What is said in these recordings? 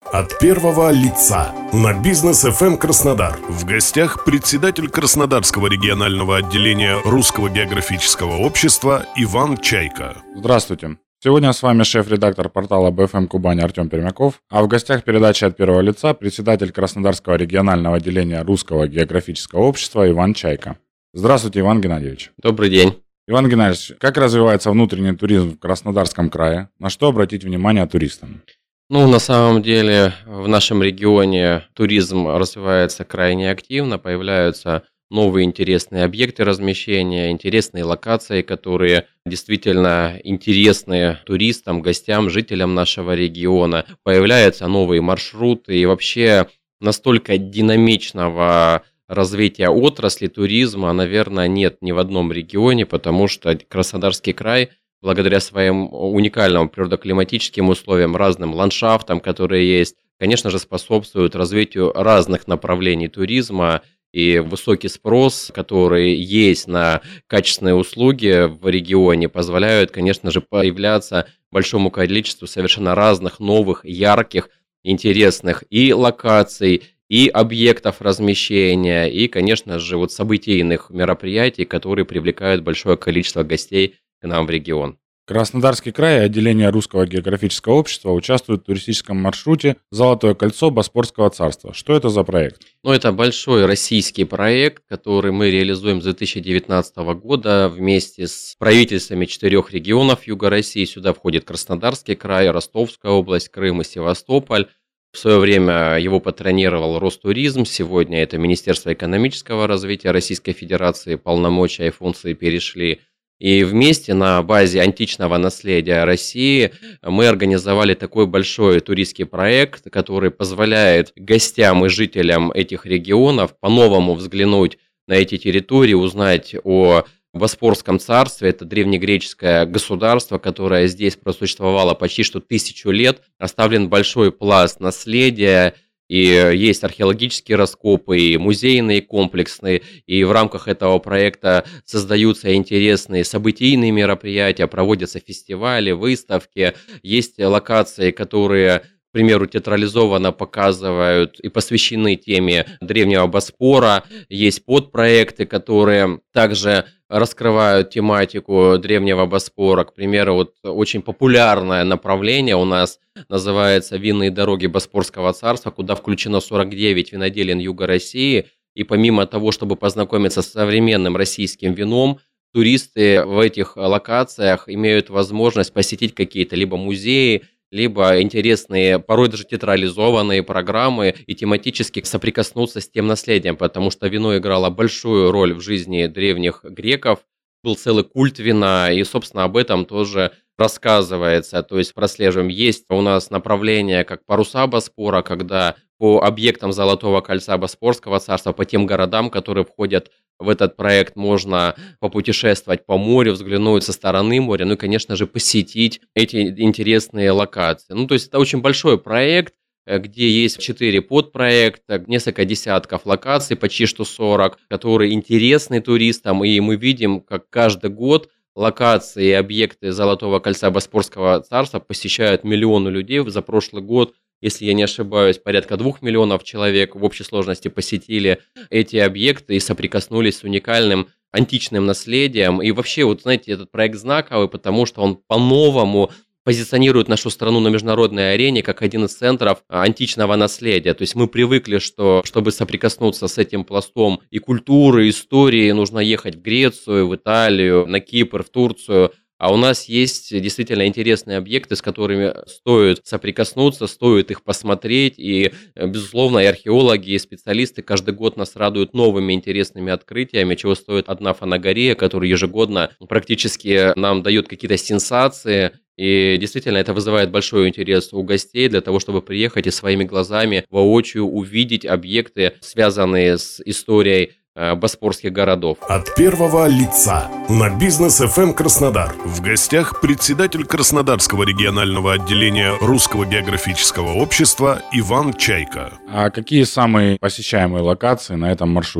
От первого лица на Бизнес ФМ Краснодар. В гостях председатель Краснодарского регионального отделения Русского географического общества Иван Чайка. Здравствуйте. Сегодня с вами шеф-редактор портала БФМ Кубань Артем Пермяков, а в гостях передачи от первого лица председатель Краснодарского регионального отделения Русского географического общества Иван Чайка. Здравствуйте, Иван Геннадьевич. Добрый день. Иван Геннадьевич, как развивается внутренний туризм в Краснодарском крае? На что обратить внимание туристам? На самом деле в нашем регионе туризм развивается крайне активно, появляются новые интересные объекты размещения, интересные локации, которые действительно интересны туристам, гостям, жителям нашего региона. Появляются новые маршруты и вообще настолько динамичного развития отрасли туризма, наверное, нет ни в одном регионе, потому что Краснодарский край, благодаря своим уникальным природоклиматическим условиям, разным ландшафтам, которые есть, конечно же, способствуют развитию разных направлений туризма, и высокий спрос, который есть на качественные услуги в регионе, позволяют, конечно же, появляться большому количеству совершенно разных, новых, ярких, интересных и локаций, и объектов размещения, и, конечно же, событийных мероприятий, которые привлекают большое количество гостей к нам в регион. Краснодарский край и отделение Русского географического общества участвуют в туристическом маршруте «Золотое кольцо Боспорского царства». Что это за проект? Это большой российский проект, который мы реализуем с 2019 года вместе с правительствами 4 регионов Юга России. Сюда входит Краснодарский край, Ростовская область, Крым и Севастополь. В свое время его патронировал Ростуризм. Сегодня это Министерство экономического развития Российской Федерации. Полномочия и функции перешли. И вместе на базе античного наследия России мы организовали такой большой туристский проект, который позволяет гостям и жителям этих регионов по-новому взглянуть на эти территории, узнать о Боспорском царстве. Это древнегреческое государство, которое здесь просуществовало почти что 1000 лет. Оставлен большой пласт наследия. И есть археологические раскопы, и музейные, комплексные, и в рамках этого проекта создаются интересные событийные мероприятия, проводятся фестивали, выставки, есть локации, которые, к примеру, театрализованно показывают и посвящены теме Древнего Боспора, есть подпроекты, которые также раскрывают тематику Древнего Боспора. К примеру, очень популярное направление у нас называется «Винные дороги Боспорского царства», куда включено 49 виноделин Юга России. И помимо того, чтобы познакомиться с современным российским вином, туристы в этих локациях имеют возможность посетить какие-то либо музеи, либо интересные, порой даже театрализованные программы и тематически соприкоснуться с тем наследием, потому что вино играло большую роль в жизни древних греков, был целый культ вина, и, собственно, об этом тоже рассказывается, то есть прослеживаем. Есть у нас направление как паруса Боспора, когда по объектам Золотого кольца Боспорского царства, по тем городам, которые входят в этот проект, можно попутешествовать по морю, взглянуть со стороны моря, и, конечно же, посетить эти интересные локации. То есть это очень большой проект, где есть 4 подпроекта, несколько десятков локаций, почти что 40, которые интересны туристам, и мы видим, как каждый год локации и объекты Золотого кольца Боспорского царства посещают миллионы людей. За прошлый год, если я не ошибаюсь, порядка 2 миллионов человек в общей сложности посетили эти объекты и соприкоснулись с уникальным античным наследием. И вообще, этот проект знаковый, потому что он по-новому позиционирует нашу страну на международной арене как один из центров античного наследия. То есть мы привыкли, что чтобы соприкоснуться с этим пластом и культуры, и истории, нужно ехать в Грецию, в Италию, на Кипр, в Турцию. А у нас есть действительно интересные объекты, с которыми стоит соприкоснуться, стоит их посмотреть. И, безусловно, и археологи, и специалисты каждый год нас радуют новыми интересными открытиями, чего стоит одна Фанагория, которая ежегодно практически нам дает какие-то сенсации. И действительно, это вызывает большой интерес у гостей для того, чтобы приехать и своими глазами воочию увидеть объекты, связанные с историей боспорских городов. От первого лица на Бизнес ФМ Краснодар. В гостях председатель Краснодарского регионального отделения Русского географического общества Иван Чайка. А какие самые посещаемые локации на этом маршруте?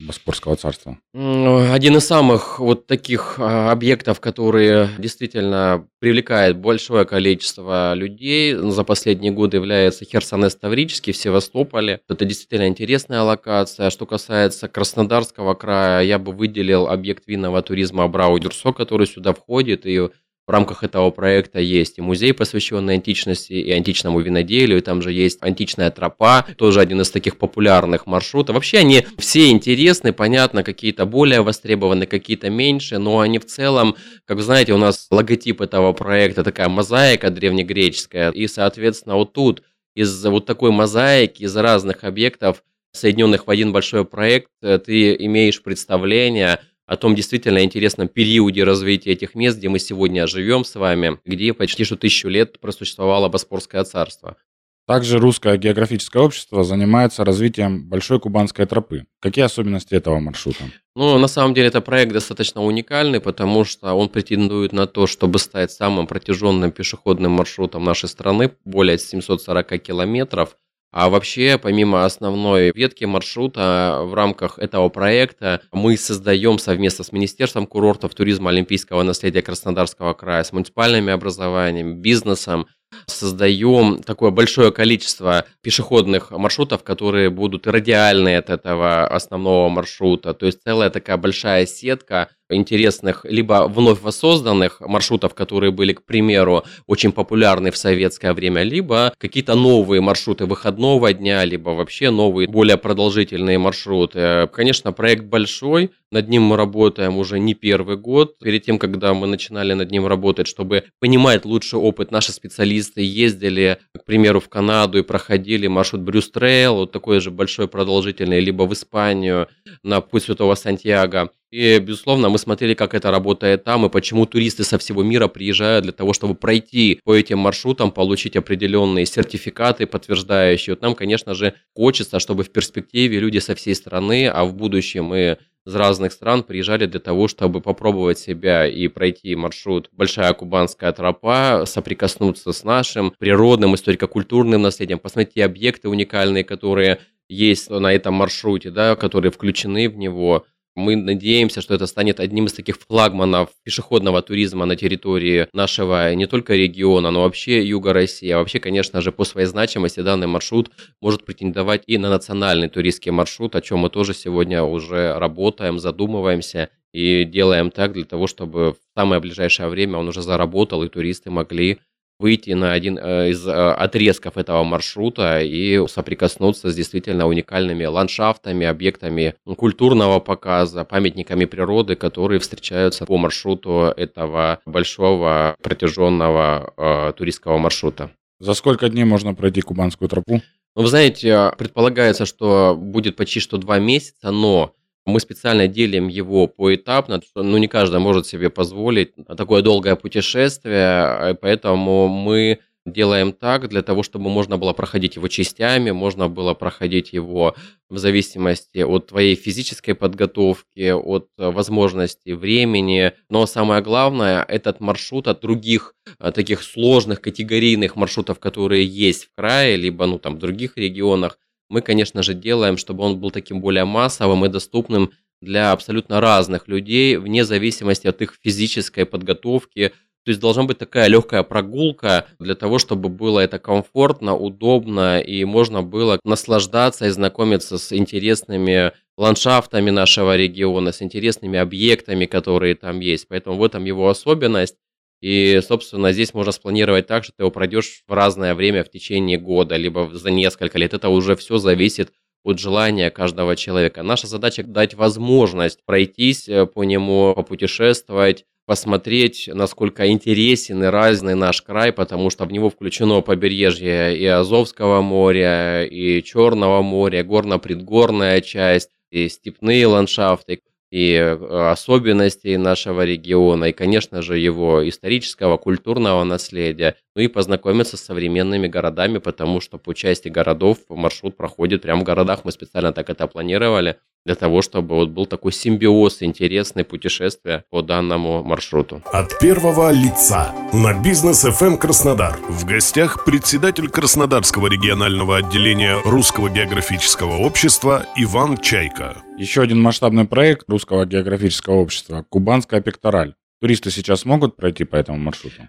Боспорского царства? Один из самых вот таких объектов, которые действительно привлекает большое количество людей за последние годы, является Херсонес Таврический в Севастополе. Это действительно интересная локация. Что касается Краснодарского края, я бы выделил объект винного туризма Абрау-Дюрсо, который сюда входит, и в рамках этого проекта есть и музей, посвященный античности и античному виноделию, и там же есть античная тропа, тоже один из таких популярных маршрутов. Вообще они все интересны, понятно, какие-то более востребованы, какие-то меньше, но они в целом, как вы знаете, у нас логотип этого проекта такая мозаика древнегреческая, и, соответственно, вот тут из вот такой мозаики, из разных объектов, соединенных в один большой проект, ты имеешь представление о том действительно интересном периоде развития этих мест, где мы сегодня живем с вами, где почти что 1000 лет просуществовало Боспорское царство. Также Русское географическое общество занимается развитием Большой Кубанской тропы. Какие особенности этого маршрута? Ну, на самом деле, это проект достаточно уникальный, потому что он претендует на то, чтобы стать самым протяженным пешеходным маршрутом нашей страны, более 740 километров. А вообще, помимо основной ветки маршрута, в рамках этого проекта мы создаем совместно с Министерством курортов, туризма, олимпийского наследия Краснодарского края, с муниципальными образованиями, бизнесом, создаем такое большое количество пешеходных маршрутов, которые будут радиальные от этого основного маршрута. То есть целая такая большая сетка интересных, либо вновь воссозданных маршрутов, которые были, к примеру, очень популярны в советское время, либо какие-то новые маршруты выходного дня, либо вообще новые, более продолжительные маршруты. Конечно, проект большой, над ним мы работаем уже не первый год. Перед тем, когда мы начинали над ним работать, чтобы понимать лучший опыт, наши специалисты ездили, к примеру, в Канаду и проходили маршрут Брюс Трейл, вот такой же большой продолжительный, либо в Испанию на путь Святого Сантьяго. И, безусловно, мы смотрели, как это работает там, и почему туристы со всего мира приезжают для того, чтобы пройти по этим маршрутам, получить определенные сертификаты, подтверждающие. Вот нам, конечно же, хочется, чтобы в перспективе люди со всей страны, а в будущем и из разных стран приезжали для того, чтобы попробовать себя и пройти маршрут Большая Кубанская тропа, соприкоснуться с нашим природным, историко-культурным наследием, посмотреть те объекты уникальные, которые есть на этом маршруте, да, которые включены в него. Мы надеемся, что это станет одним из таких флагманов пешеходного туризма на территории нашего не только региона, но вообще юга России. А вообще, конечно же, по своей значимости данный маршрут может претендовать и на национальный туристский маршрут, о чем мы тоже сегодня уже работаем, задумываемся и делаем так для того, чтобы в самое ближайшее время он уже заработал, и туристы могли выйти на один из отрезков этого маршрута и соприкоснуться с действительно уникальными ландшафтами, объектами культурного показа, памятниками природы, которые встречаются по маршруту этого большого протяженного туристского маршрута. За сколько дней можно пройти Кубанскую тропу? Ну, вы знаете, предполагается, что будет почти что 2 месяца, но мы специально делим его поэтапно, ну не каждый может себе позволить такое долгое путешествие, поэтому мы делаем так, для того, чтобы можно было проходить его частями, можно было проходить его в зависимости от твоей физической подготовки, от возможности времени. Но самое главное, этот маршрут от других таких сложных категорийных маршрутов, которые есть в крае, либо ну, там, в других регионах, мы, конечно же, делаем, чтобы он был таким более массовым и доступным для абсолютно разных людей, вне зависимости от их физической подготовки. То есть должна быть такая легкая прогулка для того, чтобы было это комфортно, удобно и можно было наслаждаться и знакомиться с интересными ландшафтами нашего региона, с интересными объектами, которые там есть. Поэтому в этом его особенность. И, собственно, здесь можно спланировать так, что ты его пройдешь в разное время в течение года, либо за несколько лет. Это уже все зависит от желания каждого человека. Наша задача дать возможность пройтись по нему, попутешествовать, посмотреть, насколько интересен и разный наш край, потому что в него включено побережье и Азовского моря, и Черного моря, горно-предгорная часть, и степные ландшафты, и особенностей нашего региона, и, конечно же, его исторического, культурного наследия, ну и познакомиться с современными городами, потому что по части городов маршрут проходит прямо в городах, мы специально так это планировали, для того, чтобы вот был такой симбиоз, интересное путешествие по данному маршруту. От первого лица на Бизнес ФМ Краснодар. В гостях председатель Краснодарского регионального отделения Русского географического общества Иван Чайка. Еще один масштабный проект Русского географического общества – Кубанская пектораль. Туристы сейчас могут пройти по этому маршруту?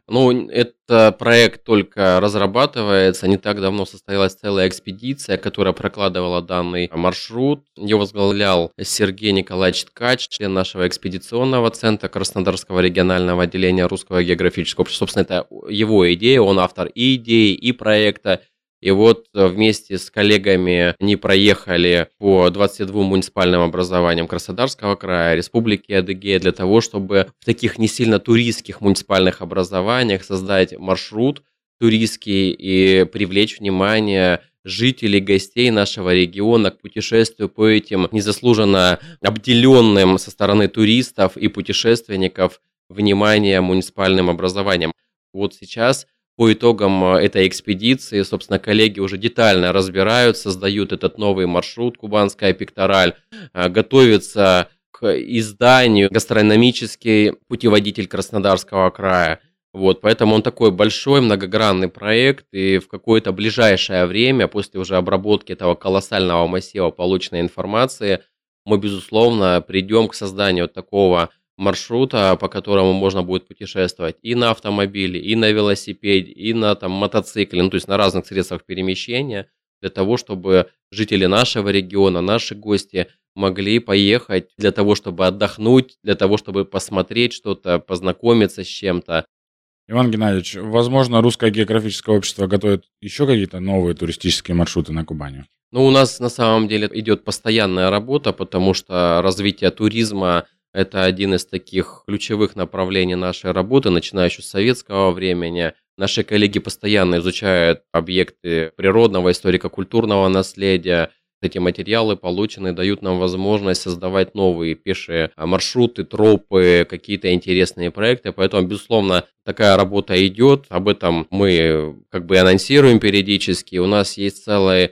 Это проект только разрабатывается. Не так давно состоялась целая экспедиция, которая прокладывала данный маршрут. Ее возглавлял Сергей Николаевич Ткач, член нашего экспедиционного центра Краснодарского регионального отделения Русского географического общества. Собственно, это его идея, он автор и идеи, и проекта. И вот вместе с коллегами они проехали по 22 муниципальным образованиям Краснодарского края, Республики Адыгея, для того, чтобы в таких не сильно туристских муниципальных образованиях создать маршрут туристский и привлечь внимание жителей, гостей нашего региона к путешествию по этим незаслуженно обделенным со стороны туристов и путешественников внимание муниципальным образованиям. Вот сейчас по итогам этой экспедиции, собственно, коллеги уже детально разбирают, создают этот новый маршрут «Кубанская пектораль», готовятся к изданию «Гастрономический путеводитель Краснодарского края». Вот, поэтому он такой большой, многогранный проект, и в какое-то ближайшее время, после уже обработки этого колоссального массива полученной информации, мы, безусловно, придем к созданию такого маршрута, по которому можно будет путешествовать и на автомобиле, и на велосипеде, и на мотоцикле, то есть на разных средствах перемещения, для того, чтобы жители нашего региона, наши гости могли поехать для того, чтобы отдохнуть, для того, чтобы посмотреть что-то, познакомиться с чем-то. Иван Геннадьевич, возможно, Русское географическое общество готовит еще какие-то новые туристические маршруты на Кубани? У нас на самом деле идет постоянная работа, потому что развитие туризма – это один из таких ключевых направлений нашей работы, начиная еще с советского времени. Наши коллеги постоянно изучают объекты природного, историко-культурного наследия. Эти материалы полученные дают нам возможность создавать новые пешие маршруты, тропы, какие-то интересные проекты. Поэтому, безусловно, такая работа идет. Об этом мы анонсируем периодически. У нас есть целое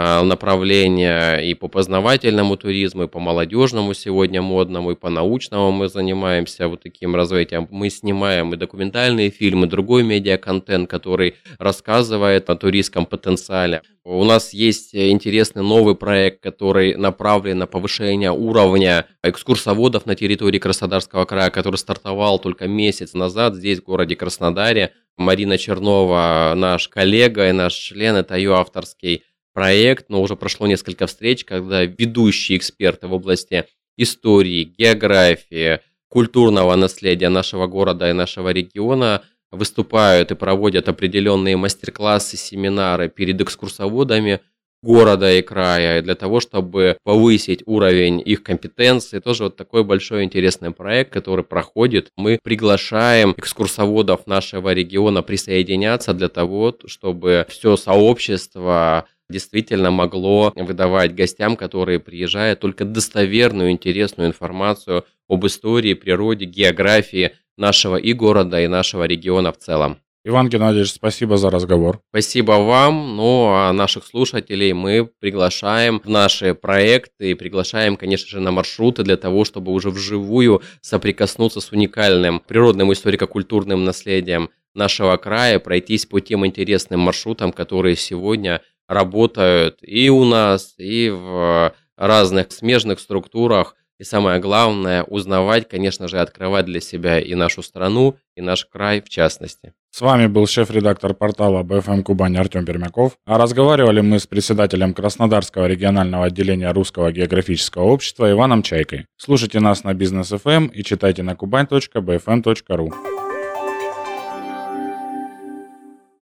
направление и по познавательному туризму, и по молодежному сегодня модному, и по научному мы занимаемся вот таким развитием. Мы снимаем и документальные фильмы, другой медиаконтент, который рассказывает о туристском потенциале. У нас есть интересный новый проект, который направлен на повышение уровня экскурсоводов на территории Краснодарского края, который стартовал только месяц назад здесь, в городе Краснодаре. Марина Чернова, наш коллега и наш член, это ее авторский проект, но уже прошло несколько встреч, когда ведущие эксперты в области истории, географии, культурного наследия нашего города и нашего региона выступают и проводят определенные мастер-классы, семинары перед экскурсоводами города и края, для того, чтобы повысить уровень их компетенции. Тоже вот такой большой интересный проект, который проходит. Мы приглашаем экскурсоводов нашего региона присоединяться для того, чтобы все сообщество действительно могло выдавать гостям, которые приезжают, только достоверную, интересную информацию об истории, природе, географии нашего и города, и нашего региона в целом. Иван Геннадьевич, спасибо за разговор. Спасибо вам. А наших слушателей мы приглашаем в наши проекты и приглашаем, конечно же, на маршруты для того, чтобы уже вживую соприкоснуться с уникальным природным историко-культурным наследием нашего края, пройтись по тем интересным маршрутам, которые сегодня работают и у нас, и в разных смежных структурах. И самое главное, узнавать, конечно же, открывать для себя и нашу страну, и наш край в частности. С вами был шеф-редактор портала БФМ Кубань Артем Пермяков. А разговаривали мы с председателем Краснодарского регионального отделения Русского географического общества Иваном Чайкой. Слушайте нас на Бизнес ФМ и читайте на kuban.bfm.ru.